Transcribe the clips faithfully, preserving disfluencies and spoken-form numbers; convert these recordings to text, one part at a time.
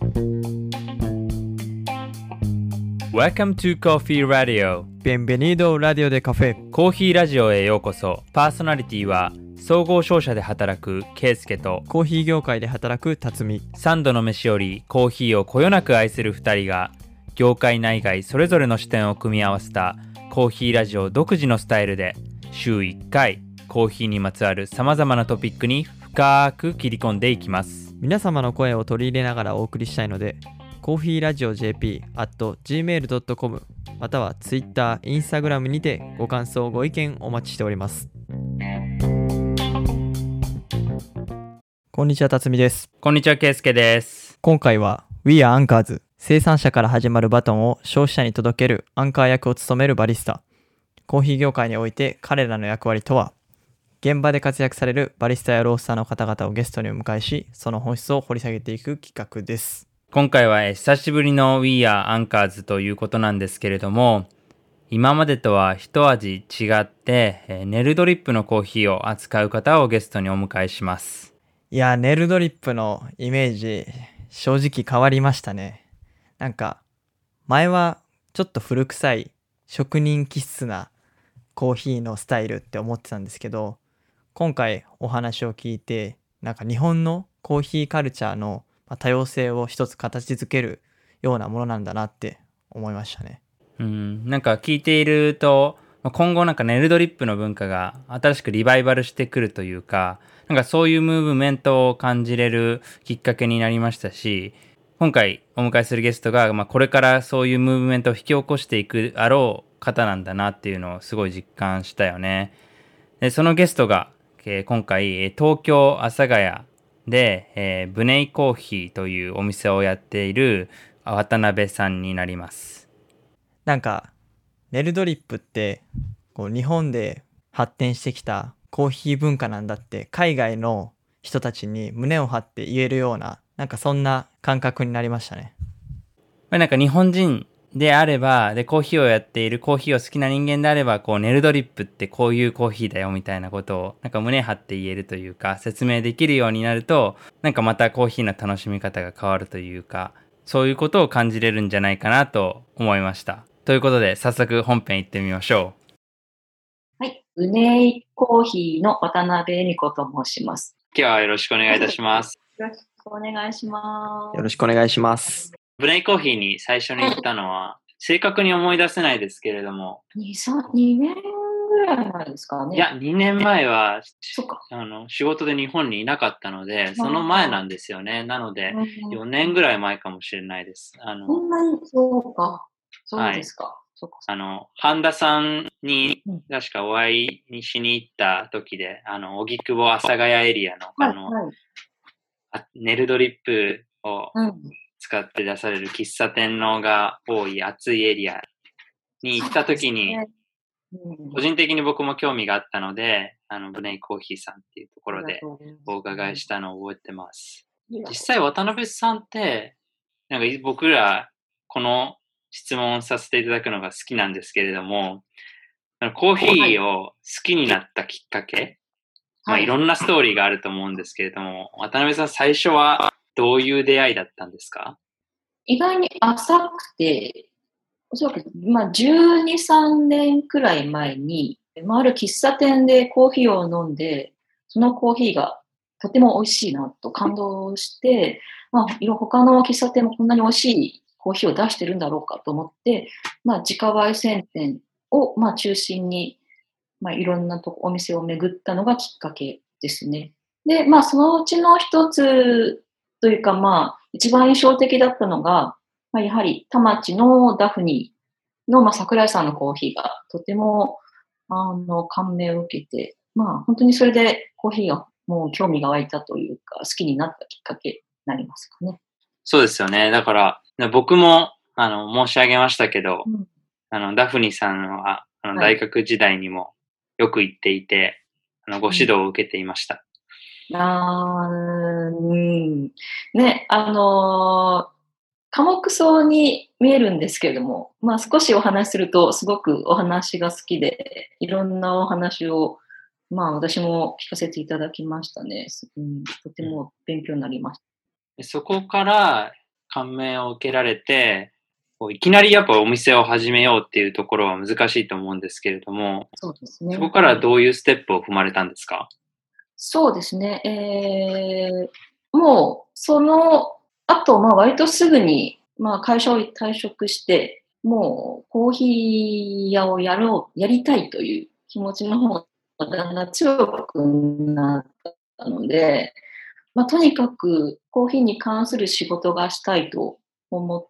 Welcome to Coffee Radio. Bienvenido Radio de Café。 コーヒーラジオへようこそ。パーソナリティは総合商社で働くケイスケとコーヒー業界で働く辰巳。 三度の飯よりコーヒーをこよなく愛するふたりが業界内外それぞれの視点を組み合わせたコーヒーラジオ独自のスタイルで週いっかいコーヒーにまつわるさまざまなトピックに深く切り込んでいきます。 皆様の声を取り入れながらお送りしたいので、コーヒーラジオ ジェーピー アット ジーメール ドットコム または Twitter、Instagram にてご感想ご意見お待ちしております。こんにちは、辰巳です。 こんにちは、ケイスケです。 今回は We are Anchors、 生産者から始まるバトンを消費者に届けるアンカー役を務めるバリスタ。コーヒー業界において彼らの役割とは。現場で活躍されるバリスタやロースターの方々をゲストにお迎えし、その本質を掘り下げていく企画です。 今回は久しぶりの We are Anchors ということなんですけれども、今までとは一味違ってネルドリップのコーヒーを扱う方をゲストにお迎えします。 いや、ネルドリップのイメージ正直変わりましたね。なんか前はちょっと古臭い職人気質なコーヒーのスタイルって思ってたんですけど、今回お話を聞いて、なんか日本のコーヒーカルチャーの多様性を一つ形づけるようなものなんだなって思いましたね。 うん、なんか聞いていると、今後なんかネルドリップの文化が新しくリバイバルしてくるというか、なんかそういうムーブメントを感じれるきっかけになりましたし、今回お迎えするゲストが、まあ、これからそういうムーブメントを引き起こしていくあろう方なんだなっていうのをすごい実感したよね。で、そのゲストが、えー、今回東京阿佐ヶ谷で、えー、ブネイコーヒーというお店をやっている渡辺さんになります。 なんかネルドリップってこう日本で発展してきたコーヒー文化なんだって海外の人たちに胸を張って言えるような、なんかそんな感覚になりましたね。 なんか日本人であれば、でコーヒーをやっているコーヒーを好きな人間であれば、こうネルドリップってこういうコーヒーだよみたいなことをなんか胸張って言えるというか、説明できるようになると、なんかまたコーヒーの楽しみ方が変わるというか、そういうことを感じれるんじゃないかなと思いました。ということで早速本編行ってみましょう。はい、ブネイコーヒーの渡辺恵美子と申します。 今日はよろしくお願いいたします。 よろしくお願いします。 よろしくお願いします。 ブネイコーヒーに最初に行ったのは、正確に思い出せないですけれども、 に、さん、にねんぐらい前ですかね。 いや、にねんまえはそっかあの仕事で日本にいなかったので、その前なんですよね。なので、よねんぐらい前かもしれないです。あのそんなに、そうか。そうですか。はい、そうかあの、半田さんに確かお会いにしに行った時で、あの、荻窪阿佐ヶ谷エリアの、あの、はいはい、ネルドリップを使って出される喫茶店のが多い暑いエリアに行った時に、個人的に僕も興味があったので、あの、ブネイコーヒーさんっていうところでお伺いしたのを覚えてます。実際渡辺さんって、なんか僕らこの質問させていただくのが好きなんですけれども、コーヒーを好きになったきっかけ、はい、まあ、いろんなストーリーがあると思うんですけれども、渡辺さん最初はどういう出会いだったんですか？ 意外に浅くて、おそらく、まあ、じゅうに、さんねんくらい前に、ある喫茶店でコーヒーを飲んで、そのコーヒーがとても美味しいなと感動して、まあ、他の喫茶店もこんなに美味しいコーヒーを出してるんだろうかと思って、まあ、自家焙煎店を、まあ、中心に、まあ、いろんなとこお店を巡ったのがきっかけですね。で、まあ、そのうちの一つというか、まあ、一番印象的だったのが、まあ、やはり田町のダフニーの、まあ、桜井さんのコーヒーがとてもあの感銘を受けて、まあ、本当にそれでコーヒーがもう興味が湧いたというか、好きになったきっかけになりますかね。 そうですよね。だから、僕も、あの、申し上げましたけど、うん、あの、ダフニーさんは、あの、大学時代にもよく行っていて、はい、あの、ご指導を受けていました。 うん、あー、うん。ね、あのー、寡黙そうに見えるんですけれども、まあ少しお話しすると、すごくお話が好きで、いろんなお話を、まあ私も聞かせていただきましたね。うん、とても勉強になりました。 そこから、 感銘を受けられて、こういきなりやっぱお店を始めようっていうところは難しいと思うんですけれども、 そうですね。 そこからどういうステップを踏まれたんですか？ そうですね。えー、もう、その後、まあ割とすぐに、まあ会社を退職して、もうコーヒー屋をやろう、やりたいという気持ちの方がだんだん強くなったので、まあとにかくコーヒーに関する仕事がしたいと思って、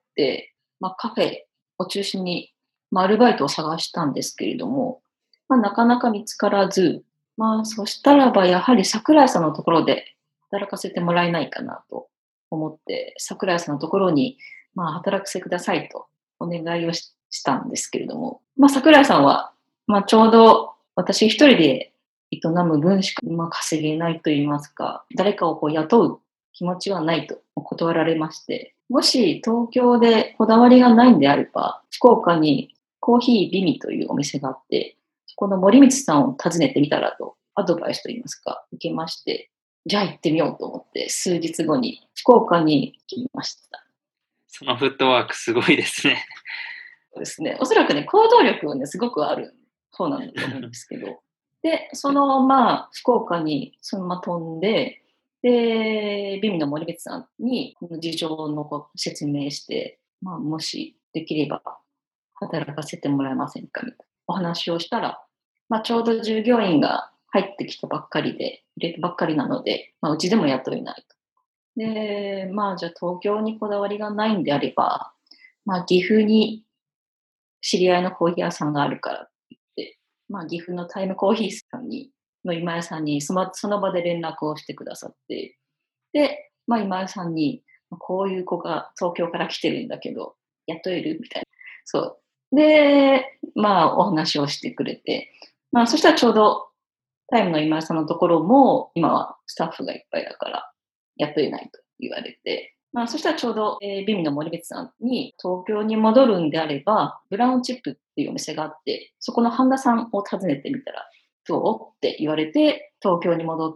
まあカフェを中心に、まあアルバイトを探したんですけれども、まあなかなか見つからず、まあ、そしたらば、やはり桜井さんのところで働かせてもらえないかなと思って、桜井さんのところに、まあ、働かせてくださいとお願いをししたんですけれども、まあ、桜井さんは、まあ、ちょうど私一人で営む分しか、まあ、稼げないと言いますか、誰かをこう雇う気持ちはないと断られまして、もし東京でこだわりがないんであれば、福岡にコーヒービミというお店があって、この森光さんを訪ねてみたらと、アドバイスといいますか、受けまして、じゃあ行ってみようと思って、数日後に福岡に来ました。 そのフットワークすごいですね。 そうですね。おそらくね、行動力はね、すごくある方なんだと思うんですけど、で、そのまあ、福岡にそのまま飛んで、で、ビミの森光さんにこの事情の説明して、まあ、もしできれば働かせてもらえませんかみたいなお話をしたら、まあ、ちょうど従業員が入ってきたばっかりで、入れたばっかりなので、まあ、うちでも雇えないと。で、まあ、じゃあ東京にこだわりがないんであれば、まあ、岐阜に知り合いのコーヒー屋さんがあるからって言って、まあ、岐阜のタイムコーヒーさんに、の今井さんにそのその場で連絡をしてくださって、で、まあ、今井さんに、こういう子が東京から来てるんだけど、雇えるみたいな。そう。で、まあ、お話をしてくれて、まあ、そしたらちょうど、タイムの今井さんのところも、今はスタッフがいっぱいだから、雇えないと言われて、まあ、そしたらちょうど、えー、ビミの森光さんに東京に戻るんであれば、ブラウンチップっていうお店があって、そこの半田さんを訪ねてみたら、どうって言われて、東京に戻って、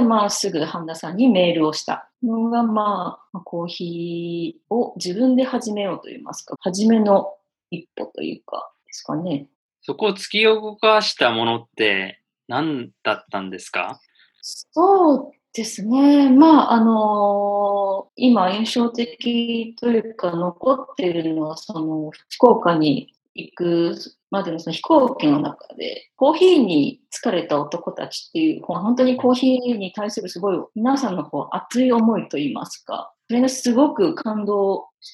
まあ、すぐ半田さんにメールをしたのが、まあ、コーヒーを自分で始めようといいますか、初めの一歩というか、ですかね。 そこを突き動かしたものって何だったんですか？ そうですね。まあ、あのー、今印象的というか残っているのは、その、福岡に行くまでのその飛行機の中で、コーヒーに疲れた男たちっていう、本当にコーヒーに対するすごい皆さんのこう熱い思いといいますか、それがすごく感動して、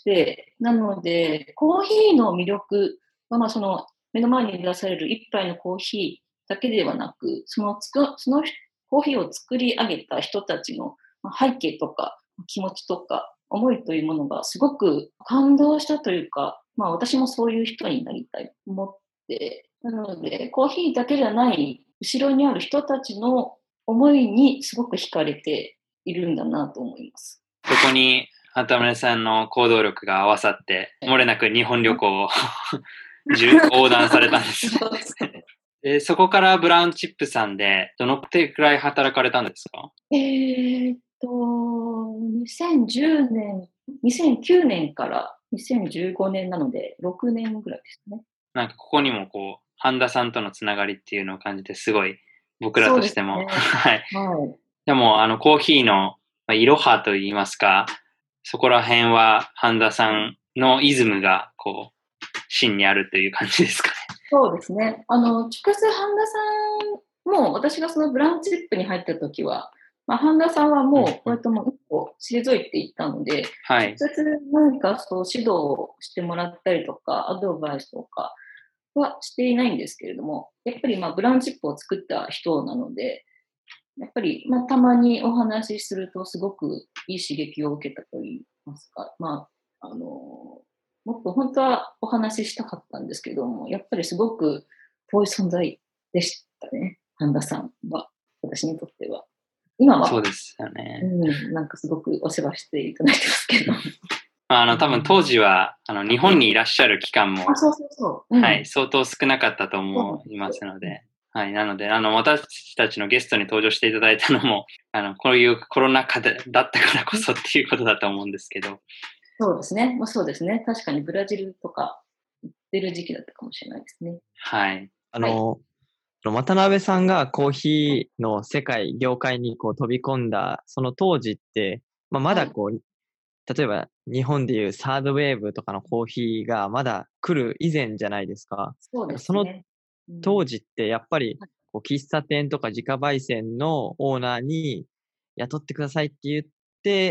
なので、コーヒーの魅力は、まあ、その、目の前に出される一杯のコーヒーだけではなく、そのつく、そのコーヒーを作り上げた人たちの背景とか気持ちとか思いというものがすごく感動したというか、まあ私もそういう人になりたいと思って、なのでコーヒーだけじゃない後ろにある人たちの思いにすごく惹かれているんだなと思います。 そこに畑村さんの行動力が合わさって、漏れなく日本旅行を横断されたんですね。で、そこからブラウンチップさんでどのくらい働かれたんですか？ えーっと、にせんじゅうねん、にせんきゅうねんからにせんじゅうごねんなのでろくねんぐらいですね。 なんかここにもこう、半田さんとのつながりっていうのを感じて、すごい僕らとしても、ね、はい。 はい。 でも、あの、コーヒーのいろはといいますか、そこら辺は半田さんのイズムが、こう、芯にあるという感じですかね。 そうですね。あの、直接半田さんも、私がそのブラウンチップに入った時は、まあ、半田さんはもう、こうやってもう一歩退いていったので、はい、直接何かそう指導をしてもらったりとか、アドバイスとかはしていないんですけれども、やっぱりまあブラウンチップを作った人なので、やっぱりまあたまにお話しするとすごくいい刺激を受けたといいますか、まあ、あの、もっと本当はお話ししたかったんですけども、やっぱりすごく遠い存在でしたね、半田さんは、私にとっては。今は、 そうですよね。 うん、なんかすごくお世話していただいてますけど。 あの、多分当時は、あの、日本にいらっしゃる期間も、 あ、そうそうそう。 うん、はい、相当少なかったと思いますので、はい、なので、あの、私たちのゲストに登場していただいたのも、あの、こういうコロナ禍でだったからこそっていうことだと思うんですけど、 そうですね。まあ、そうですね。確かにブラジルとか行ってる時期だったかもしれないですね。 はい。 あの、渡辺さんがコーヒーの世界、業界にこう飛び込んだ、その当時って、まあ、まだこう、例えば日本でいうサードウェーブとかのコーヒーがまだ来る以前じゃないですか。 そうですそのね。うん当時ってやっぱりこう喫茶店とか自家焙煎のオーナーに雇ってくださいって言って、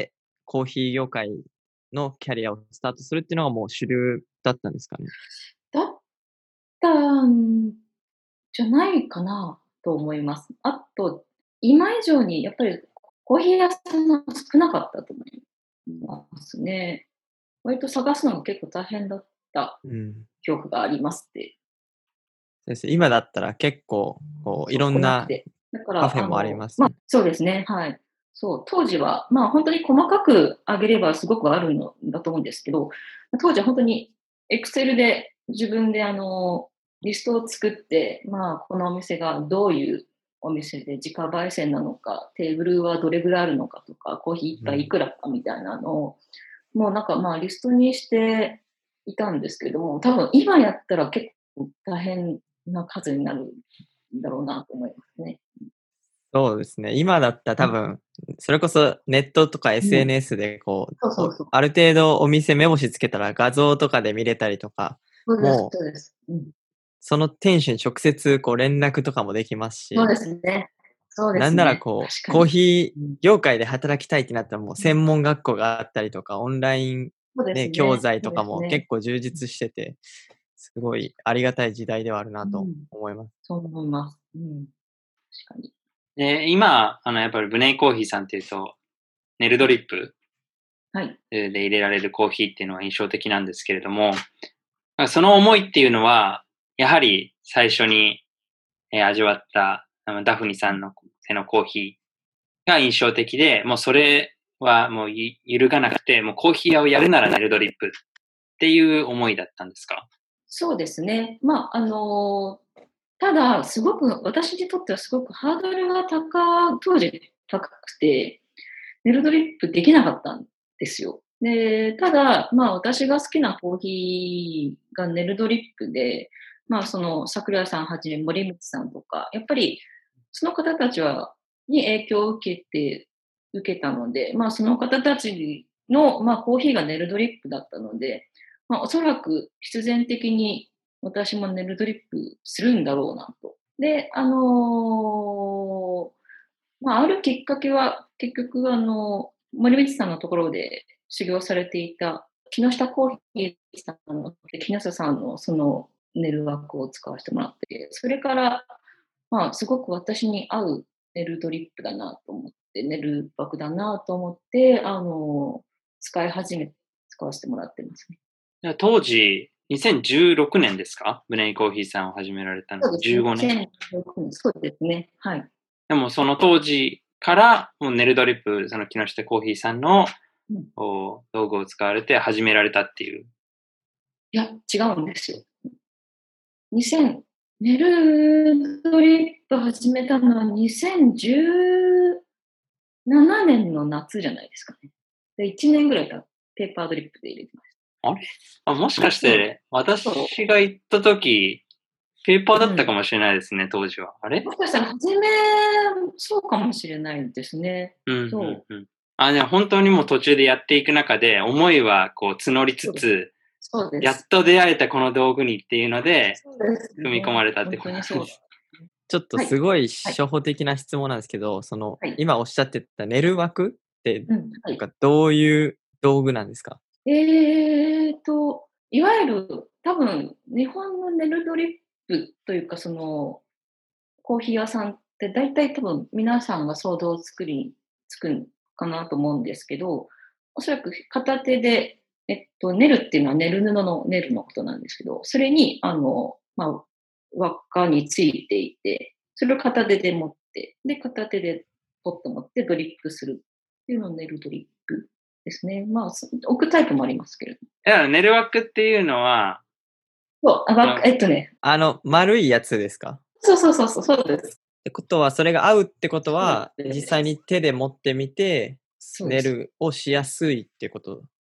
コーヒー業界のキャリアをスタートするっていうのがもう主流だったんですかね。 だったんじゃないかなと思います。あと、今以上にやっぱりコーヒー屋さんが少なかったと思いますね。割と探すのが結構大変だったうん。 記憶がありますって。 先生、今だったら結構こういそう、 ろんな来なくて。だから、 カフェもありあの、ま、 ますね。 そうですね、はい。そう、当時は、まあ、ほんとに細かくあげればすごくあるのだと思うんですけど、当時はほんとにエクセルで自分であの、リストを作って、まあ、このお店がどういうお店で自家焙煎なのか、テーブルはどれぐらいあるのかとか、コーヒーいっぱいいくらかみたいなのを、もうなんか、まあ、リストにしていたんですけども、多分今やったら結構大変な数になるんだろうなと思いますね。 そうですね。今だったら多うん。 分、それこそネットとかうん。 エスエヌエス でこう、おそうそうそう。 ある程度お店目星つけたら画像とかで見れたりとか、 そうですもうそうです。うん。 その店主に直接こう連絡とかもできますそうでし、 すね。そうでなんならすね。 こう、コー確かに。 ヒーうん。 業界で働きたいってなったらもううん。 専門学校があったりとか、オンラインそうですね、教ね。そう材とかですね。 も結構充実してて、すごいありがたい時代ではあるなとうん。 思います。 そう思います。うん。確かに。 で、今、あの、やっぱりブネイコーヒーさんっていうと、ネルドリップはい。 で入れられるコーヒーっていうのは印象的なんですけれども、その思いっていうのは、やはり最初に、えー味わったあのダフニさんの手のコーヒーが印象的で、もうそれはもうゆ揺るがなくて、もうコーヒー屋をやるならネルドリップっていう思いだったんですか？ そうですね。まあ、あの、ただ、すごく私にとってはすごくハードルが高当時高くて、ネルドリップできなかったんですよ。で、ただ、まあ、私が好きなコーヒーがネルドリップで、まあ、その、桜井さんはじめ森光さんとか、やっぱりその方たちはに影響を受けて受けたので、まあ、その方たちの、まあ、コーヒーがネルドリップだったので、まあ、おそらく必然的に私もネルドリップするんだろうなと。で、あのーまあ、あるきっかけは、結局、あの、森光さんのところで修行されていた木下コーヒーさんの、木下さんのそのネルワークを使わせてもらって、それから、まあ、すごく私に合うネルドリップだなと思って、ネルバクだなと思って、あの、使い始め、使わせてもらってますね。 当時、にせんじゅうろくねんですか？ブネイコーヒーさんを始められたのは。 そうですね。 じゅうごねん。 にせんじゅうろくねん、そうですね。はい。 でもその当時から、もうネルドリップ、その木下コーヒーさんのうん、 道具を使われて始められたっていう。 いや、違うんですよ。にせんネルドリップ始めたのはにせんじゅうななねんの夏じゃないですかね。で、いちねんぐらいたペーパードリップで入れてましあれあ、もしかしそう、 て、 そう。 私が行った時、ペーパーだうん。 ったかもしれないですね、当時は。あれもしかしたら初め、そうかもしれないですね。 うん、うん、 そう。 うん。あ、じゃあ本当にもう途中でやっていく中で、思いはこう募りつそうです。 つ、やっそうです。 と出会えたこの道具にっていうので、 そうです組み込まね。ほんれたってこととにそうだ。 なんです。 ちょっとはい。 すごいはい。 初歩的な質問なんですけど、その、 はい。 今おっしゃってたネル枠ってうん、はい。 なんかどういう道具なんですか？ ええと、いわゆる多分日本のネルドリップというか、その、コーヒー屋さんって大体多分皆さんが想像つくりつくんかなと思うんですけど、おそらく片手で、えっと、ネルっていうのはネル布のネルのことなんですけど、それにあの、まあ、輪っかについていて、それを片手で持って、で、片手でポッと持ってドリップするっていうのをネルドリップですね。まあ、そ置くタイプもありますけれど。 いや、ネルワックっていうのは、 そう、あ、わそのえっとね、 あの、丸いやつですか？ そうそうそうそう、そうです。 ってことは、それが合うってことそうは、実際にです。 手で持ってみて、 そうです。 ネルをしやすいってことですよね。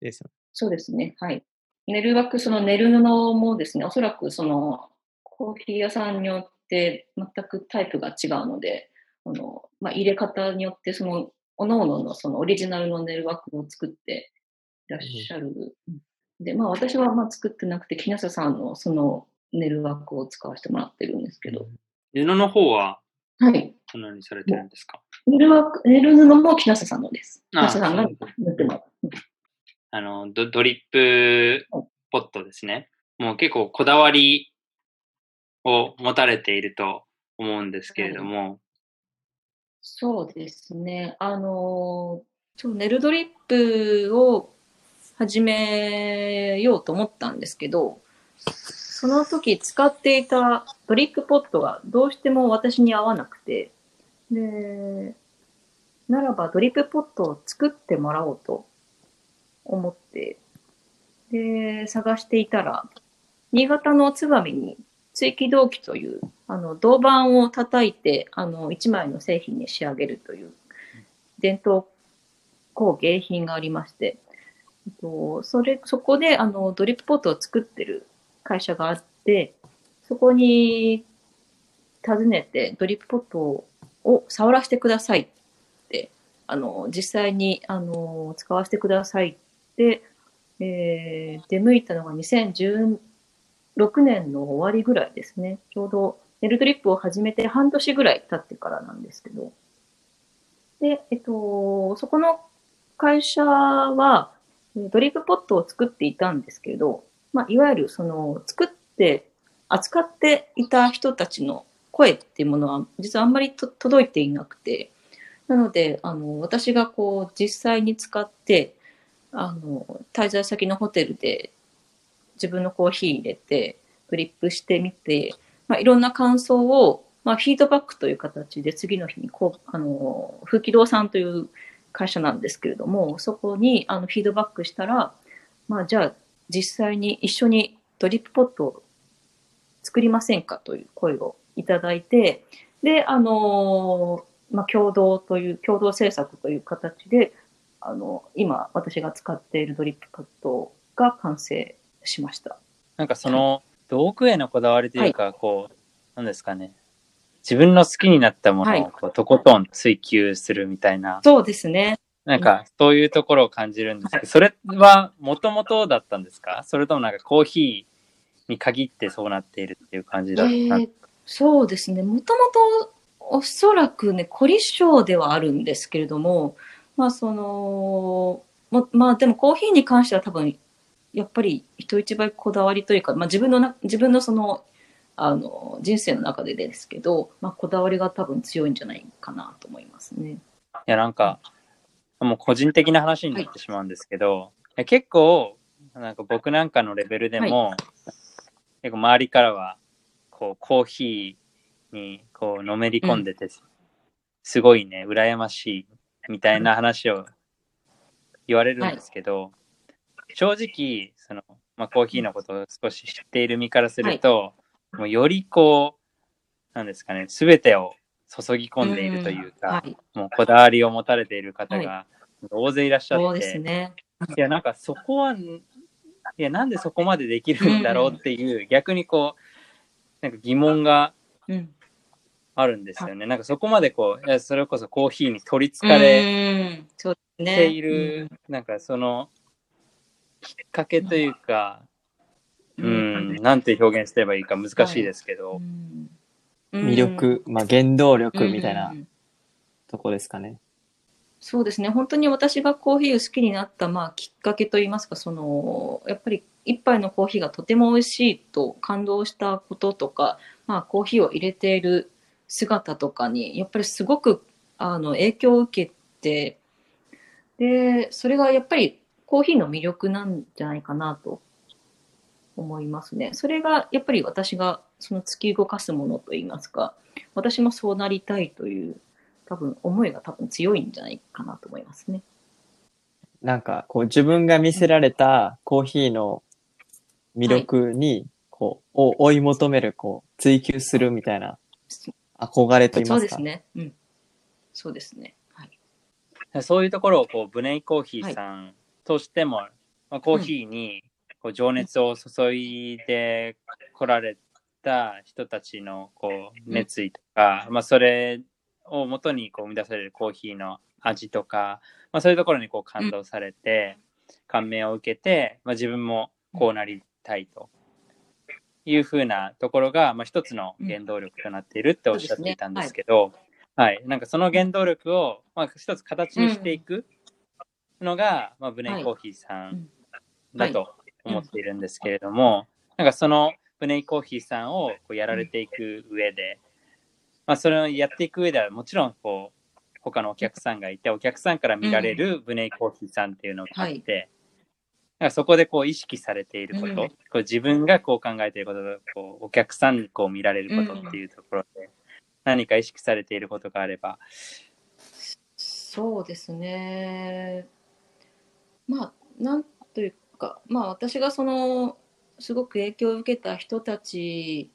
そうですね。はい。寝る枠、その寝る布もですね、おそらくそのコーヒー屋さんによって全くタイプが違うので、あの、まあ、入れ方によってその、各々のそのオリジナルの寝る枠を作っていらっしゃる。うん、で、まあ私はまあ作ってなくて、木下さんのその寝る枠を使わせてもらってるんですけど。 布の方は、 はい。 どのようにされてるんですか？ 寝る枠、寝る布も木下さんのです。木あ下さんが塗ってもらう。 あのド、ドリップポットですね。もう結構こだわりを持たれていると思うんですけれども。はい、 そうですね。あの、そうネルドリップを始めようと思ったんですけど、その時使っていたドリップポットがどうしても私に合わなくて、で、ならばドリップポットを作ってもらおうと思って、で、探していたら、新潟の燕に追記銅器という、あの、銅板を叩いて、あの、一枚の製品に仕上げるという伝統工芸品がありまして、それ、そこで、あの、ドリップポットを作ってる会社があって、そこに訪ねて、ドリップポットを触らせてくださいって、あの、実際に、あの、使わせてくださいって、えー、出向いたのがにせんじゅうろくねんの終わりぐらいですね。ちょうどネルドリップを始めて半年ぐらい経ってからなんですけど。で、えっと、そこの会社は、ドリップポットを作っていたんですけど、まあ、いわゆるその、作って、扱っていた人たちの声っていうものは、実はあんまりと届いていなくて、なので、あの、私がこう、実際に使って、あの、滞在先のホテルで自分のコーヒー入れて、ドリップしてみて、まあ、いろんな感想を、まあ、フィードバックという形で次の日にこう、あの、風紀堂さんという会社なんですけれども、そこにあのフィードバックしたら、まあ、じゃあ実際に一緒にドリップポットを作りませんかという声をいただいて、で、あの、まあ、共同という、共同制作という形で、あの、今私が使っているドリップポットが完成しました。 なんかその道具へのこだわりというか、はい、こう、なんですかね。自分の好きになったものをこうとことん追求するみたいな。はい、 そうですね。 なんかそういうところを感じるんですけど、はい、それはもともとだったんですか？それともなんかコーヒーに限ってそうなっているっていう感じだったんですか？えー、 そうですね。もともとおそらくね、凝り性ではあるんですけれども、まあその、ま、まあでもコーヒーに関しては多分、やっぱり人一倍こだわりというか、まあ自分のな、自分のその、あの、人生の中でですけど、まあこだわりが多分強いんじゃないかなと思いますね。いやなんか、もう個人的な話になってしまうんですけど、はい、結構、なんか僕なんかのレベルでも、はい、結構周りからは、こうコーヒーにこうのめり込んでて、うん、すごいね、羨ましいみたいな話を言われるんですけど、はい、正直その、まあ、コーヒーのことを少し知っている身からすると、はい、もうよりこうなんですかね、全てを注ぎ込んでいるというか、はい、もうこだわりを持たれている方が大勢いらっしゃって、はい、そうですね、いやなんかそこはいやなんでそこまでできるんだろうっていう、うん、逆にこうなんか疑問があるんですよね。うん、なんかそこまでこう、いやそれこそコーヒーに取りつかれている、うんね、なんかそのきっかけというか、うん、うん、なんて表現すればいいか難しいですけど、はい、 うん、魅力、まあ原動力みたいなとこですかね。 そうですね。本当に私がコーヒーを好きになった、まあ、きっかけといいますか、その、やっぱり一杯のコーヒーがとても美味しいと感動したこととか、まあ、コーヒーを入れている姿とかに、やっぱりすごく、あの、影響を受けて、で、それがやっぱりコーヒーの魅力なんじゃないかなと思いますね。それがやっぱり私がその突き動かすものといいますか、私もそうなりたいという、多分思いが多分強いんじゃないかなと思いますね。 なんかこう自分が見せられたコーヒーの魅力にこう、を追い求める、こう追求するみたいな憧れと言いますか。 そうですね。うん。そうですね。はい。 そういうところをこうブネイコーヒーさんとしてもまあ、コーヒーにこう情熱を注いで来られた人たちのこう熱意とか、まあ、それをもとにこう生み出されるコーヒーの味とか、まあ、そういうところにこう感動されて、感銘を受けて、まあ、自分もこうなりたいというふうなところが、まあ、一つの原動力となっているっておっしゃっていたんですけど、はい、なんかその原動力を、まあ、一つ形にしていくのが、まあ、ブネイコーヒーさんだと思っているんですけれども、なんかそのブネイコーヒーさんをこうやられていく上で、まあ、それをやっていく上ではもちろんこう他のお客さんがいて、お客さんから見られるブネイコーヒーさんっていうのがあって、なんかそこでこう意識されていること、こう自分がこう考えていることとこうお客さんにこう見られることっていうところで、何か意識されていることがあれば。 そうですね。まあなんというか、まあ私がそのすごく影響を受けた人たち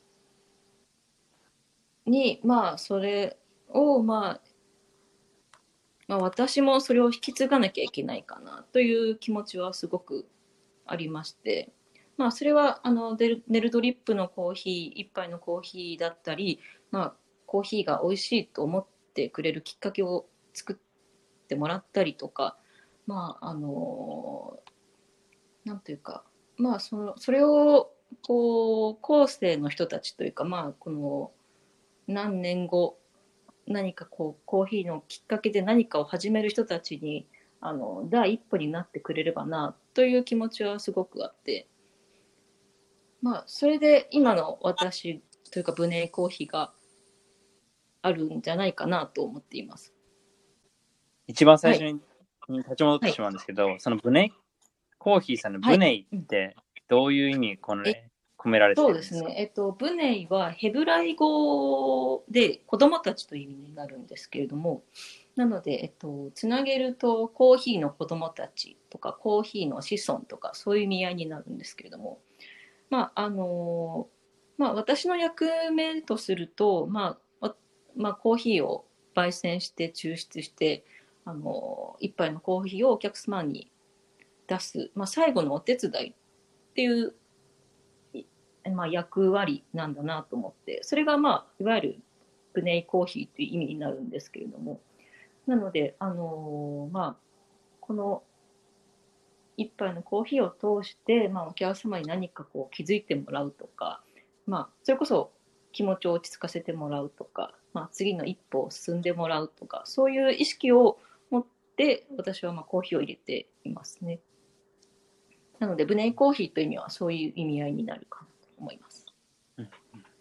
に、まあそれをまあまあ、私もそれを引き継がなきゃいけないかなという気持ちはすごくありまして、まあ、それはあのネルネルドリップのコーヒー一杯のコーヒーだったり、まあ、コーヒーが美味しいと思ってくれるきっかけを作ってもらったりとか、まああのなんというか、まあ、そのそれをこう後世の人たちというか、まあ、この何年後何かこうコーヒーのきっかけで何かを始める人たちにあの第一歩になってくれればなという気持ちはすごくあって、まあそれで今の私というかブネイコーヒーがあるんじゃないかなと思っています。 一番最初に立ち戻ってしまうんですけど、はい、そのブネイコーヒーさんのブネイってどういう意味この、ね、込められているんですか？ そうですね、えっと、ブネイはヘブライ語で子供たちという意味になるんですけれども、なので、えっと、つなげるとコーヒーの子供たちとかコーヒーの子孫とかそういう意味合いになるんですけれども、まああのまあ、私の役目とすると、まあまあ、コーヒーを焙煎して抽出してあの一杯のコーヒーをお客様に出す、まあ、最後のお手伝いっていうまあ、役割なんだなと思って、それが、まあ、いわゆるブネイコーヒーという意味になるんですけれども、なので、あのー、まあ、この一杯のコーヒーを通して、まあ、お客様に何かこう気づいてもらうとか、まあ、それこそ気持ちを落ち着かせてもらうとか、まあ、次の一歩を進んでもらうとか、そういう意識を持って私はまあコーヒーを入れていますね。なのでブネイコーヒーという意味はそういう意味合いになるかなと思います。 うん、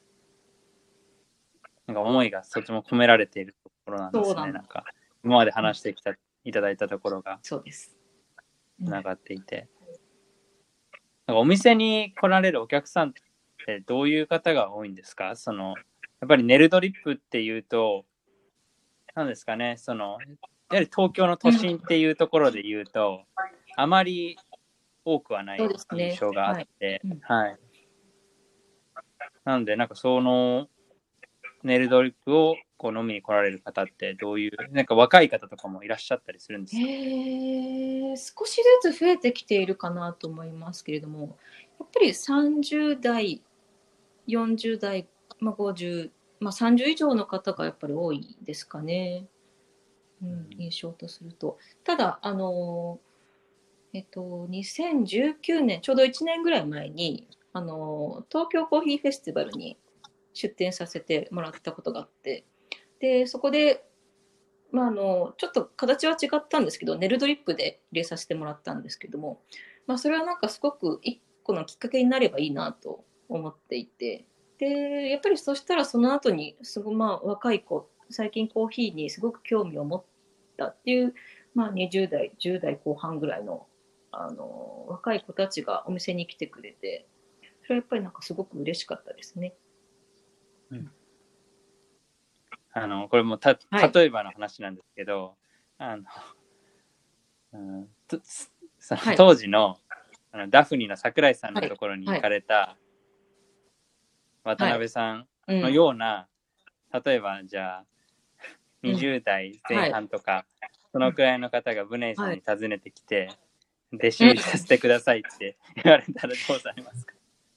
なんか思いがそっちも込められているところなんですね。なんか今まで話してきた、いただいたところがそうですつながっていて、なんかお店に来られるお客さんってどういう方が多いんですか？そのやっぱりネルドリップっていうと何ですかね、そのやはり東京の都心っていうところで言うと、うん、あまり多くはない印象があって、ね、はい、はい、なのでなんかそのネルドリップをこう飲みに来られる方ってどういう、なんか若い方とかもいらっしゃったりするんですか？ えー、少しずつ増えてきているかなと思いますけれども、やっぱりさんじゅう代、よんじゅう代、まあ、ごじゅう、まあ、さんじゅう以上の方がやっぱり多いですかね、うん、印象とすると。ただあのえっとにせんじゅうきゅうねん、ちょうどいちねんぐらい前にあの東京コーヒーフェスティバルに出展させてもらったことがあって、でそこで、まあ、あのちょっと形は違ったんですけどネルドリップで入れさせてもらったんですけども、まあ、それはなんかすごく一個のきっかけになればいいなと思っていて、でやっぱりそしたらその後にすごい、まあ、若い子最近コーヒーにすごく興味を持ったっていう、まあ、にじゅう代じゅう代後半ぐらいのあの若い子たちがお店に来てくれて、それはやっぱりなんかすごく嬉しかったですね。 うん、あのこれもた例えばの話なんですけど、はい、あの、うん、とその当時の、はい、あのダフニの桜井さんのところに行かれた渡辺さんのような、はい、例えばじゃあにじゅう代前半とか、はい、そのくらいの方がブネイさんに訪ねてきて、 弟子入りさせてくださいって言われたらどうされますか？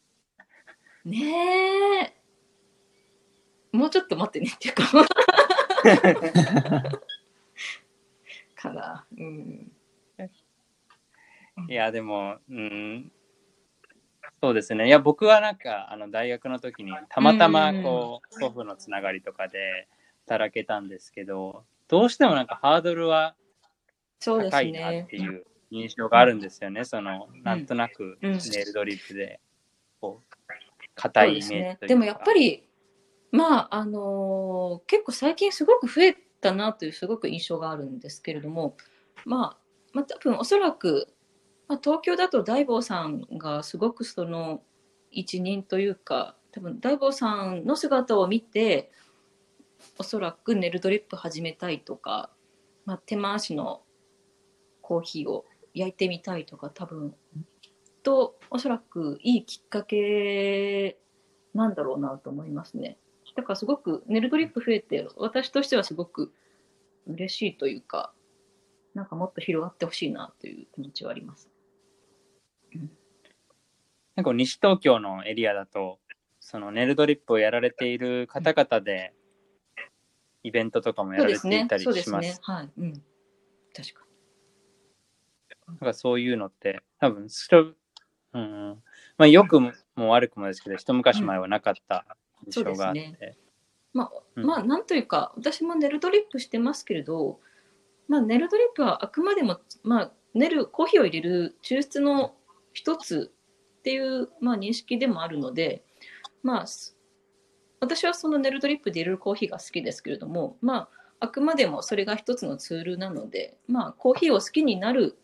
ねえ。もうちょっと待ってねっていうか。かな。うん。 いや、でも、うん、そうですね。いや、僕はなんか、あの、大学の時に、たまたま、こう、祖父のつながりとかで働けたんですけど、どうしてもなんかハードルは高いなっていう印象があるんですよね。その、なんとなく、ネイルドリップで、こう、硬いイメージというか。 でもやっぱり、まあ、あのー、結構最近すごく増えたなというすごく印象があるんですけれども、まあ、まあ、多分おそらく、まあ、東京だと大坊さんがすごくその一人というか、多分大坊さんの姿を見ておそらくネルドリップ始めたいとか、まあ、手回しのコーヒーを焼いてみたいとか、多分とおそらくいいきっかけなんだろうなと思いますね。だからすごくネルドリップ増えて私としてはすごく嬉しいというか、なんかもっと広がってほしいなという気持ちはあります。 なんか西東京のエリアだと、そのネルドリップをやられている方々でイベントとかもやられていたりします。そうですね。そうですね。はい。うん。確かに。なんかそういうのって多分うん、まあ良くも悪くもですけど、一昔前はなかった印象があって。うん、そうですね。 まあ、うん、まあなんというか、私もネルドリップしてますけれど、まあネルドリップはあくまでもまあネルコーヒーを入れる抽出の一つっていう、まあ、認識でもあるので、まあ、私はそのネルドリップで入れるコーヒーが好きですけれども、まあ、あくまでもそれが一つのツールなので、まあ、コーヒーを好きになる、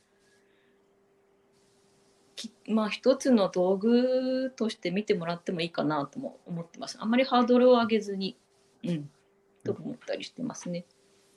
まあ、一つの道具として見てもらってもいいかなとも思ってます。あんまりハードルを上げずに、うん、と思ったりしてますね。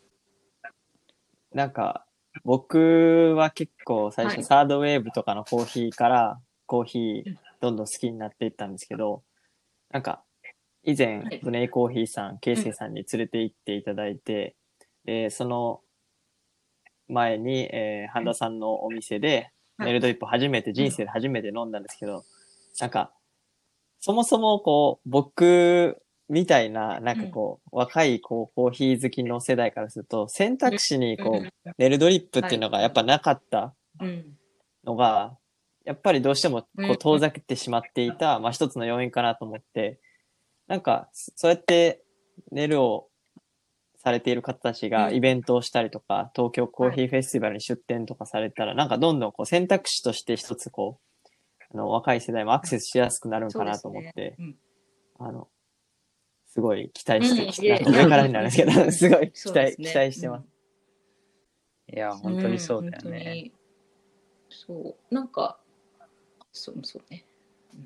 なんか僕は結構最初サードウェーブとかのコーヒーからコーヒーどんどん好きになっていったんですけど、なんか以前ブネイコーヒーさん、ケイセイさんに連れて行っていただいて、でその前に、えー、半田さんのお店でネルドリップ初めて、人生で初めて飲んだんですけど、なんかそもそもこう僕みたいななんかこう、うん、若いこうコーヒー好きの世代からすると選択肢にこう、うん、ネルドリップっていうのがやっぱなかったのが、やっぱりどうしてもこう遠ざけてしまっていた、まあ一つの要因かなと思って、なんかそうやってネルをされている方たちがイベントをしたりとか、東京コーヒーフェスティバルに出店とかされたら、なんかどんどんこう選択肢として一つこうあの若い世代もアクセスしやすくなるのかなと思って、ね、うん、あのすごい期待して、うん、上からになるんですけど、すごい期待、ね、期待してます。 うん、いや、本当にそうだよね。 うん、そう、なんか、そうそうね。うん、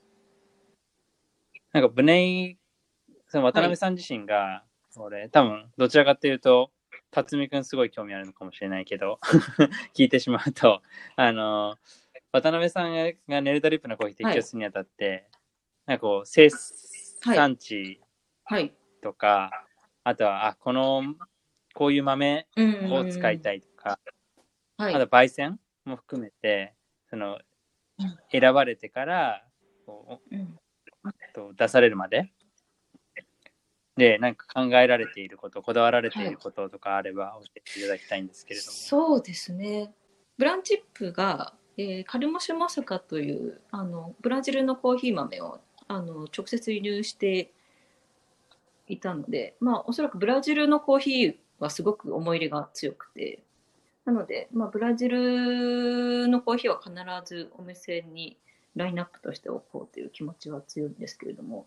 なんか、ブネイ、その渡辺さん自身が、はい、俺、多分、どちらかというと、辰巳くんすごい興味あるのかもしれないけど、聞いてしまうと、あの、渡辺さんがネルドリップのコーヒー提供するにあたって、はい、なんかこう、生産地とか、はい、あとは、あ、この、こういう豆を使いたいとか、はい、あと焙煎も含めて、その、選ばれてから、こう、うん、と出されるまで、で、なんか考えられていること、こだわられていることとかあれば教えていただきたいんですけれども。はい、 そうですね。ブランチップが、えー、カルモシュマサカというあのブラジルのコーヒー豆をあの直接輸入していたので、まあ、おそらくブラジルのコーヒーはすごく思い入れが強くて、なので、まあ、ブラジルのコーヒーは必ずお店にラインナップとしておこうという気持ちは強いんですけれども、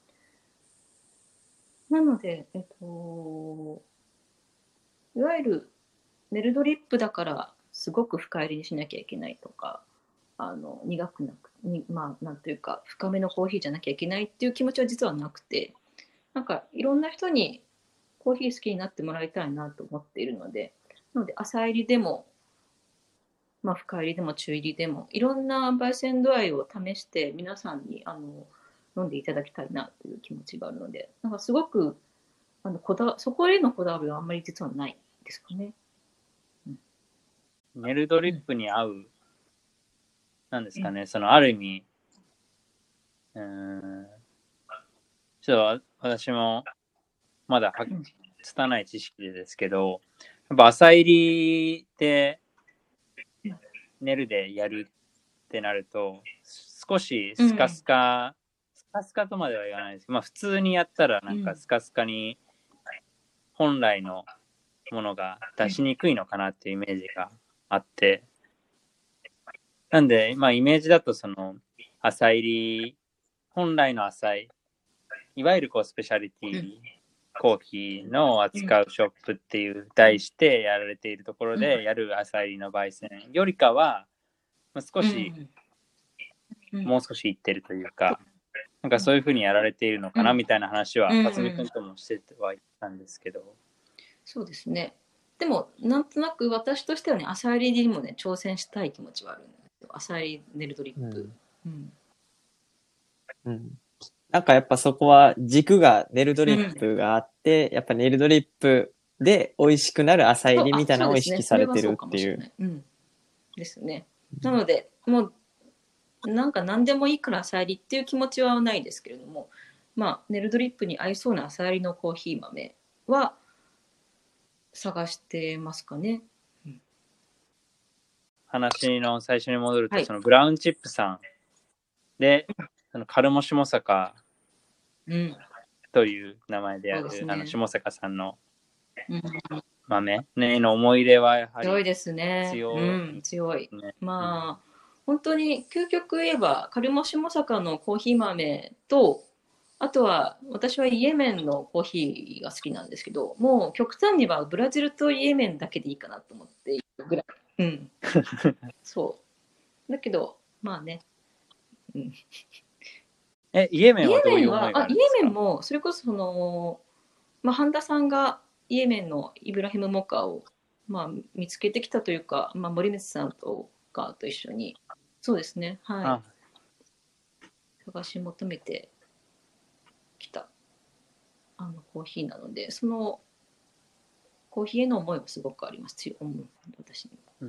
なので、えっと、いわゆるネルドリップだからすごく深入りにしなきゃいけないとか、あの苦くなくに、まあ、なんというか深めのコーヒーじゃなきゃいけないっていう気持ちは実はなくて、なんかいろんな人にコーヒー好きになってもらいたいなと思っているので、なので浅入りでも、まあ、深入りでも中入りでもいろんな焙煎度合いを試して皆さんにあの飲んでいただきたいなという気持ちがあるので、なんかすごくあのこだそこへのこだわりはあんまり実はないですかね。 うん、ネルドリップに合うなんですかね、うん、そのある意味、うーん、ちょっと私もまだは拙い知識ですけど、やっぱ朝入りでネルでやるってなると、少しスカスカ、うん、スカスカとまでは言わないですけど、まあ普通にやったらなんかスカスカに本来のものが出しにくいのかなっていうイメージがあって、なんで、まあイメージだとその浅入り、本来の浅い、いわゆるこうスペシャリティコーヒーの扱うショップっていう題してやられているところでやる浅入りの焙煎よりかは、まあ、少し、もう少しいってるというか、なんかそういうふうにやられているのかなみたいな話は、辰巳君ともしてはいたんですけど。 そうですね。でも、なんとなく私としてはね、浅入りにもね、挑戦したい気持ちはあるんですよ。浅入りネルドリップ。うん。うんうん、なんかやっぱそこは軸がネルドリップがあって、うん、やっぱネルドリップで美味しくなる浅入りみたいなのを意識されてるっていう。 うん。ですね。なので、もう、なんか何でもいいから浅入りっていう気持ちはないですけれども、まあ、ネルドリップに合いそうな浅入りのコーヒー豆は探してますかね。うん、 話の最初に戻ると、はい、そのブラウンチップさんで、そのカルモ下坂という名前である、うんね、あの下坂さんの豆、ね、の思い出はやはり強いですね。強い。うん、強い。まあ、うん、本当に究極言えばカルモ下坂のコーヒー豆と、あとは私はイエメンのコーヒーが好きなんですけど、もう極端にはブラジルとイエメンだけでいいかなと思っているぐらい。うん。そう。だけど、まあね。うん、 え、イエメンはどういう思いがあるんですか？ イエメンも、それこそその、まあ、半田さんがイエメンのイブラヒム・モカを、まあ、見つけてきたというか、まあ、森光さんとかと一緒に、そうですね、はい。探し求めてきたあのコーヒーなので、そのコーヒーへの思いはすごくあります、強い思う私にも、うん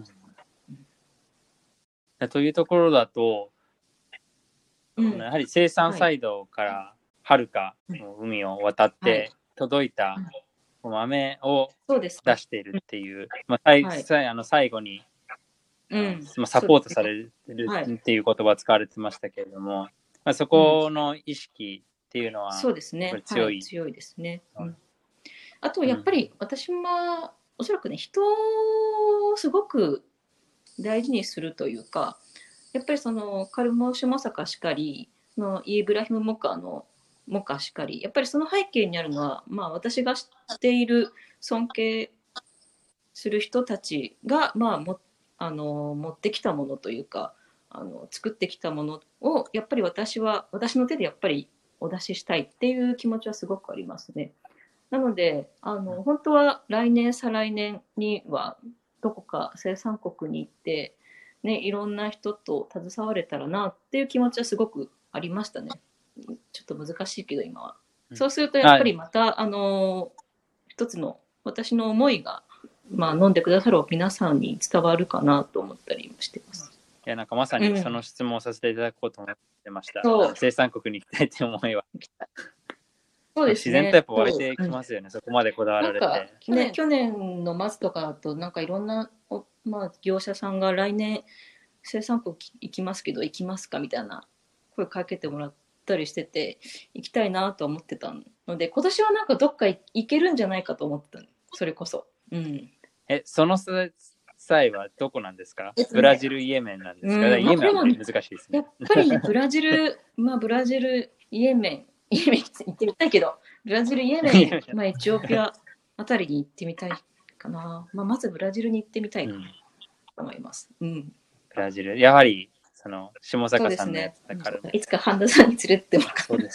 うん。というところだと、うん、やはり生産サイドからはるか海を渡って届いた豆を出しているっていう、まあ、はい、あの最後に、うんまあ、サポートされるっていう言葉を使われてましたけれども、まあ、そこの意識っていうのはそうですね、強い、はい、強いですね、うん、あとやっぱり私もおそらくね、人をすごく大事にするというか、やっぱりそのカルモ下坂しかりのイブラヒム・モカのモカしかり、やっぱりその背景にあるのは、まあ、私が知っている尊敬する人たちが、まあ、もあの持ってきたものというか、あの作ってきたものをやっぱり私は私の手でやっぱりお出ししたいっていう気持ちはすごくありますね。なのであの本当は来年再来年にはどこか生産国に行ってね、いろんな人と携われたらなっていう気持ちはすごくありましたね。ちょっと難しいけど今は。そうするとやっぱりまた、はい、あの一つの私の思いが、まあ、飲んでくださる皆さんに伝わるかなと思ったりもしてます。 いやなんかまさにその質問をさせていただこうと思ってました。うん、生産国に行きたいって思いは。そうですね、自然とやっぱ湧いてきますよね、うん、そこまでこだわられて。 なんかね、去年の末とかだとなんかいろんな、まあ、業者さんが来年生産国行きますけど行きますかみたいな声かけてもらったりしてて、行きたいなと思ってたので、今年はなんかどっか行けるんじゃないかと思ってた、それこそ。うん、 え、その際はどこなんですか？えっとね、ブラジル、イエメンなんですか？うん、イエメンは難しいですね。 やっぱりブラジル、まあブラジル、イエメン、イエメン行ってみたいけど、ブラジル、イエメン、まあ、エチオピアあたりに行ってみたいかな。まあ、まずブラジルに行ってみたいと思います。うん。うん、 ブラジル、やはり、その、下坂さんのやつだから、 ね、いつか半田さんに連れてってもらう。 そうです。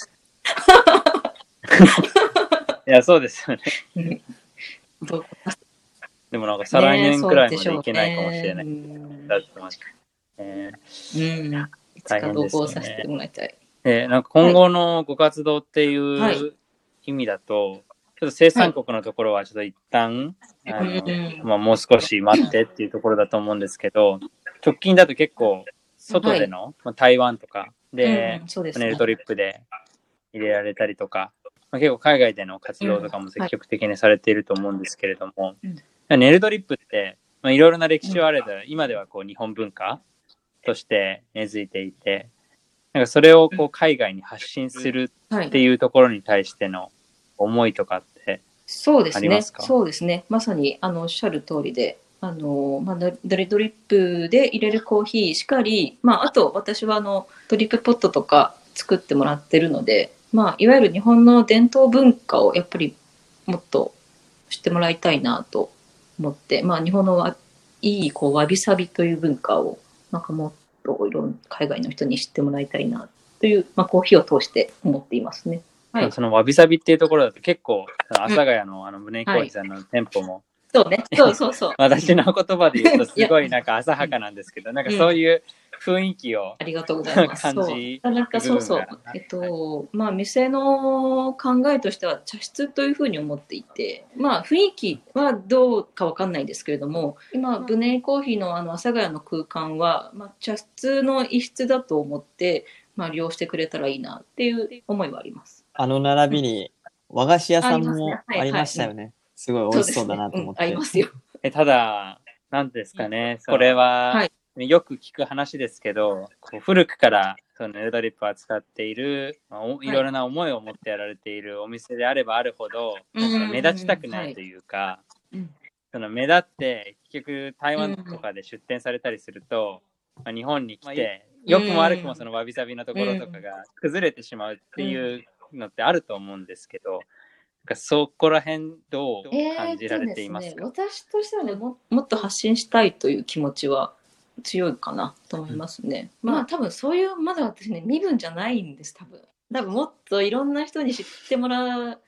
いや、そうですよね。でもなんか、再来年くらいまで行けないかもしれない。ね、だってます。えー、うん。いつか同行させてもらいたい。 えー、なんか今後のご活動っていう意味だと、はい、ちょっと生産国のところはちょっと一旦、はい、あの、まあ、もう少し待ってっていうところだと思うんですけど、直近だと結構外での、はいまあ、台湾とかで、 うんそうですね、 ネルドリップで入れられたりとか、まあ、結構海外での活動とかも積極的にされていると思うんですけれども、うんはい、ネルドリップってまあ、いろいろな歴史はあれど、うん、今ではこう日本文化として根付いていて、なんかそれをこう海外に発信するっていうところに対しての思いとかってありますか？ そうですね。そうですね。まさにあのおっしゃる通りで、あのまあドリドリップで入れるコーヒーしかり、まああと私はあのドリップポットとか作ってもらってるので、まあいわゆる日本の伝統文化をやっぱりもっと知ってもらいたいなと思って、まあ日本のいいこうわびさびという文化をなんかもっといろんな海外の人に知ってもらいたいなという、まあ、コーヒーを通して思っていますね。 はい、そのわびさびっていうところだと結構阿佐ヶ谷のあの宗井コーヒーさんの店舗も、 はい、そうね、そうそうそう。 私の言葉で言うとすごいなんか浅はかなんですけど、なんかそういう雰囲気を、 うん、ありがとうございます。 感じそうなんかそうそう。えっと、まあ店の考えとしては茶室というふうに思っていて、まあ雰囲気はどうかわかんないんですけれども、今ブネイコーヒーのあの阿佐ヶ谷の空間は、まあ、茶室の一室だと思って、まあ利用してくれたらいいなっていう思いはあります。 あの並びに和菓子屋さんもありましたよね。すごい美味しそうだなと思って。 ありますよ。 えただ、なんですかね、これは、はい、よく聞く話ですけど、こう古くからそのネルドリップを扱っている、まあ、いろいろな思いを持ってやられているお店であればあるほど、なんか目立ちたくないというか、はい、その目立って結局台湾とかで出店されたりすると、まあ、日本に来て、良くも悪くもそのわびさびのところとかが崩れてしまうっていうのってあると思うんですけど、そこら辺どう感じられていますか？ えーとですね、私としてはね、も、もっと発信したいという気持ちは強いかなと思いますね。うん、まあ多分そういうまだ私ね身分じゃないんです多分。多分もっといろんな人に知ってもらって、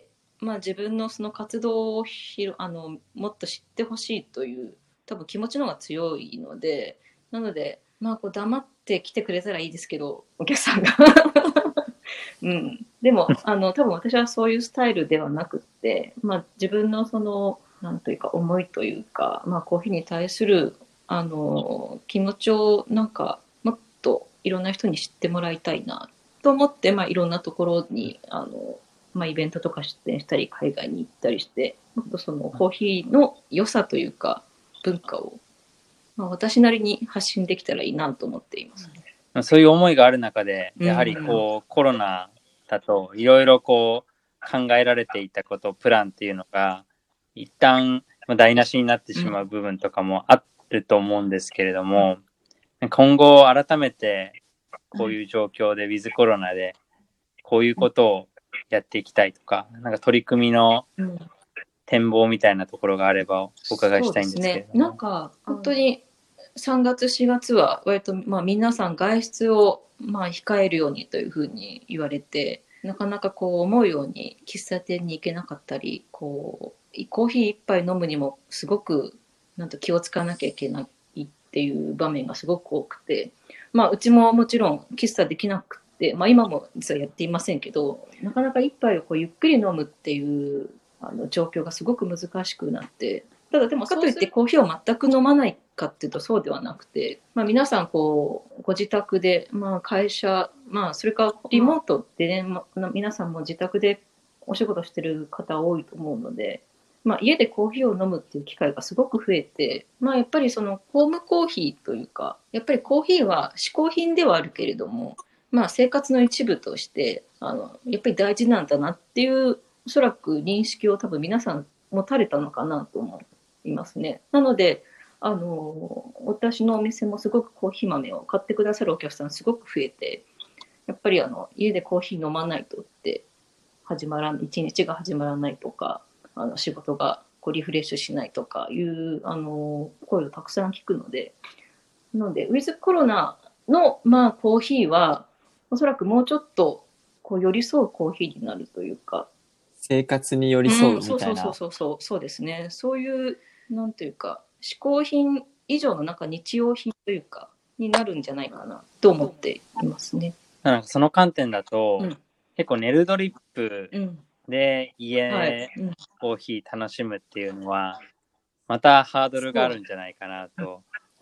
まあ自分のその活動をひろあのもっと知ってほしいという多分気持ちの方が強いので、なのでまあこう黙って来てくれたらいいですけどお客さんが。うん、でもあの多分私はそういうスタイルではなくって、まあ、自分のそのなんというか思いというか、まあ、コーヒーに対するあの気持ちをなんかもっといろんな人に知ってもらいたいなと思って、まあ、いろんなところにあの、まあ、イベントとか出店したり海外に行ったりしてもっとそのコーヒーの良さというか文化を、まあ、私なりに発信できたらいいなと思っています。 そういう思いがある中で、やはりこう、うん、コロナだといろいろこう考えられていたこと、プランっていうのが一旦台無しになってしまう部分とかもあると思うんですけれども、うん、今後改めてこういう状況でウィズコロナでこういうことをやっていきたいとか、なんか取り組みの展望みたいなところがあればお伺いしたいんですけれども。そうですね、 なんか本当にさんがつしがつは割と、まあ、皆さん外出を、まあ、控えるようにというふうに言われてなかなかこう思うように喫茶店に行けなかったりこうコーヒー一杯飲むにもすごくなんと気を使わなきゃいけないっていう場面がすごく多くて、まあ、うちももちろん喫茶できなくて、まあ、今も実はやっていませんけどなかなか一杯をこうゆっくり飲むっていうあの状況がすごく難しくなって。ただでもかといってコーヒーを全く飲まないかっていうとそうではなくて、まあ、皆さんこうご自宅で、まあ、会社、まあ、それからリモートで、ね、まあ、皆さんも自宅でお仕事してる方多いと思うので、まあ、家でコーヒーを飲むっていう機会がすごく増えて、まあ、やっぱりそのホームコーヒーというかやっぱりコーヒーは嗜好品ではあるけれども、まあ、生活の一部としてあのやっぱり大事なんだなっていうおそらく認識を多分皆さん持たれたのかなと思いますね。なのであの私のお店もすごくコーヒー豆を買ってくださるお客さんすごく増えて、やっぱりあの家でコーヒー飲まないとって始まらん一日が始まらないとか、あの仕事がこうリフレッシュしないとかいうあの声をたくさん聞くので、なのでウィズコロナの、まあ、コーヒーはおそらくもうちょっとこう寄り添うコーヒーになるというか、 生活に寄り添うみたいな、うん、 そうそうそうそうそうですね。そういうなんというか嗜好品以上のなんか日用品というかになるんじゃないかなと思っていますね。 なんかその観点だと、うん、結構ネルドリップで家コーヒー楽しむっていうのはまたハードルがあるんじゃないかなと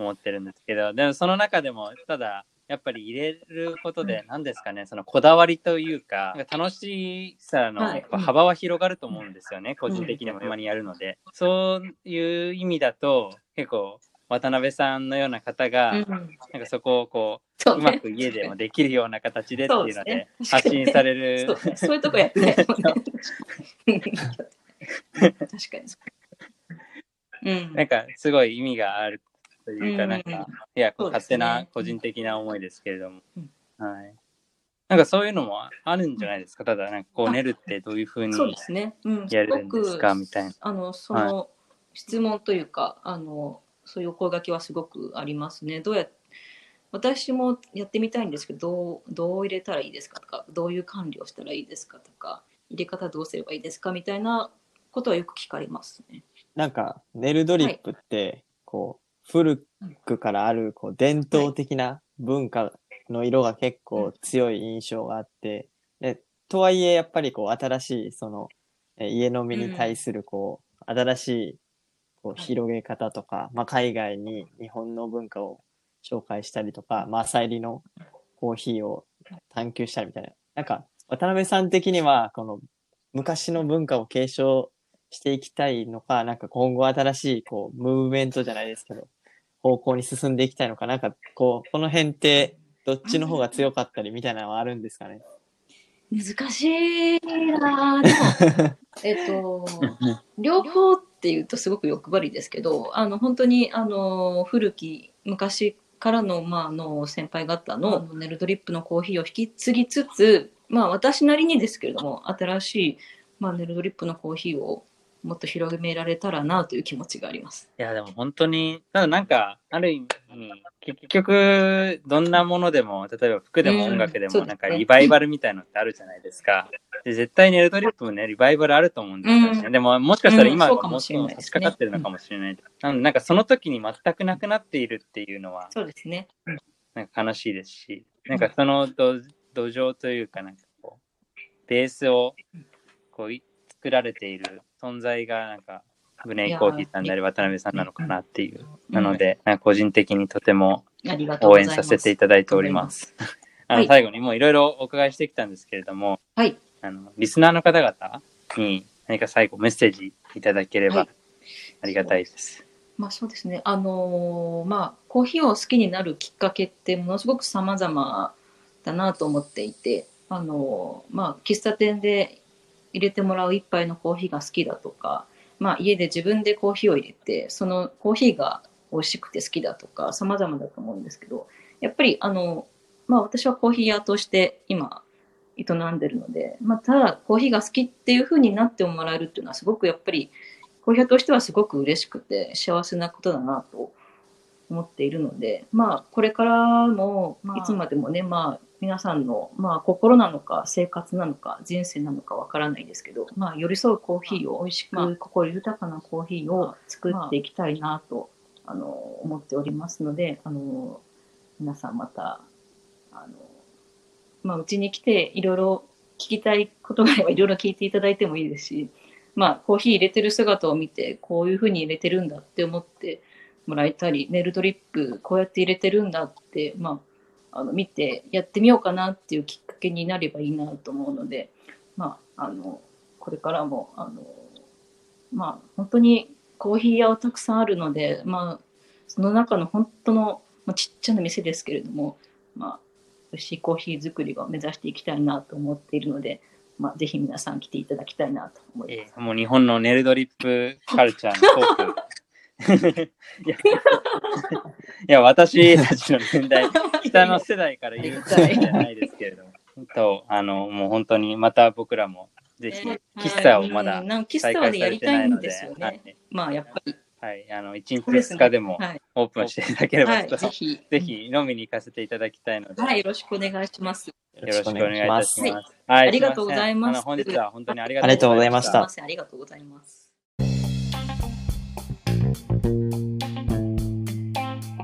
思ってるんですけど、でもその中でもただやっぱり入れることで何ですかね、そのこだわりというか、なんか楽しさのやっぱ幅は広がると思うんですよね、はい、個人的にもたまにやるので、そういう意味だと結構渡辺さんのような方が、うん、なんかそこをこう、う, ね、うまく家でもできるような形でっていうので、ね、発信されるそう、そういうとこやってないもんね。確かに、うん、 なんかすごい意味があるというか、なんか、うん、いや、こう勝手な個人的な思いですけれども、うん、はい。なんかそういうのもあるんじゃないですか。ただなんかこう練るってどういうふうにやるんですかみたいな。 あのその質問というか、はい、あのそういうお声掛けはすごくありますね。どうや私もやってみたいんですけど、どう、どう入れたらいいですかとか、どういう管理をしたらいいですかとか、入れ方どうすればいいですかみたいなことはよく聞かれますね。 なんかネルドリップって、はい、こう古くからあるこう伝統的な文化の色が結構強い印象があって、でとはいえやっぱりこう新しいその家飲みに対するこう、うん、新しいこう広げ方とか、まあ、海外に日本の文化を紹介したりとか、まあ、朝入りのコーヒーを探求したりみたいな。なんか渡辺さん的にはこの昔の文化を継承していきたいのか、なんか今後新しいこうムーブメントじゃないですけど方向に進んでいきたいのか、なんかこうこの辺ってどっちの方が強かったりみたいなのはあるんですかね。 難しいなぁ。でもえっと両方っていうとすごく欲張りですけど、あの本当にあの古き昔からの、まあ、の先輩方のネルドリップのコーヒーを引き継ぎつつ、まあ、私なりにですけれども新しい、まあ、ネルドリップのコーヒーをもっと広められたらなという気持ちがあります。 いやでも本当にただなんかある意味結局どんなものでも例えば服でも音楽でもなんかリバイバルみたいのってあるじゃないですか。で絶対ネルドリップもねリバイバルあると思うんですよね。うん、でももしかしたら今はもう少し差し掛かってるのかもしれない。なのでなんかその時に全くなくなっているっていうのはそうですね。 なんか悲しいですし、なんかその土土壌というかなんかこうベースをこう作られている存在がなんかブネイコーヒーさんであり渡辺さんなのかなっていう、なのでなんか個人的にとても応援させていただいております。あの最後にもういろいろお伺いしてきたんですけれども、 はい、 あのリスナーの方々に何か最後メッセージいただければありがたいです。はい、 まあそうですね。あのー、まあコーヒーを好きになるきっかけってものすごく様々だなと思っていて、あのー、まあ喫茶店で入れてもらう一杯のコーヒーが好きだとか、まあ、家で自分でコーヒーを入れてそのコーヒーが美味しくて好きだとか様々だと思うんですけど、やっぱりあの、まあ、私はコーヒー屋として今営んでるので、まあ、ただコーヒーが好きっていう風になってもらえるっていうのはすごくやっぱりコーヒー屋としてはすごく嬉しくて幸せなことだなと思っているので、まあ、これからもいつまでもね、まあ皆さんの、まあ、心なのか生活なのか人生なのかわからないですけど、まあ、寄り添うコーヒーを美味しく、まあ、心豊かなコーヒーを作っていきたいなと、あの思っておりますので、あの皆さんまたあの、まあ、うちに来ていろいろ聞きたいことがあればいろいろ聞いていただいてもいいですし、まあ、コーヒー入れてる姿を見てこういうふうに入れてるんだって思ってもらえたり、ネルドリップこうやって入れてるんだって、まああの見てやってみようかなっていうきっかけになればいいなと思うので、まあ、あのこれからもあの、まあ、本当にコーヒー屋はたくさんあるので、まあ、その中の本当の、まあ、ちっちゃな店ですけれども、まあ、美味しいコーヒー作りを目指していきたいなと思っているので、まあ、ぜひ皆さん来ていただきたいなと思います。 えー、もう日本のネルドリップカルチャーのトークい, やいや私たちの年代北の世代から言うことじゃないですけれどもとあのもう本当にまた僕らもぜひ喫茶をまだ再開されてないので、 はい、まあやっぱりはい、あのいちにちふつかでもオープンしていただければと、はい、ぜひぜひ飲みに行かせていただきたいので、 はい、よろしくお願いします。よろしくお願いいたします。 はい、ありがとうございます。 本日は本当にありがとうございました。 ありがとうございます。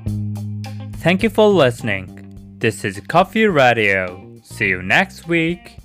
Thank you for listening. This is Coffee Radio. See you next week.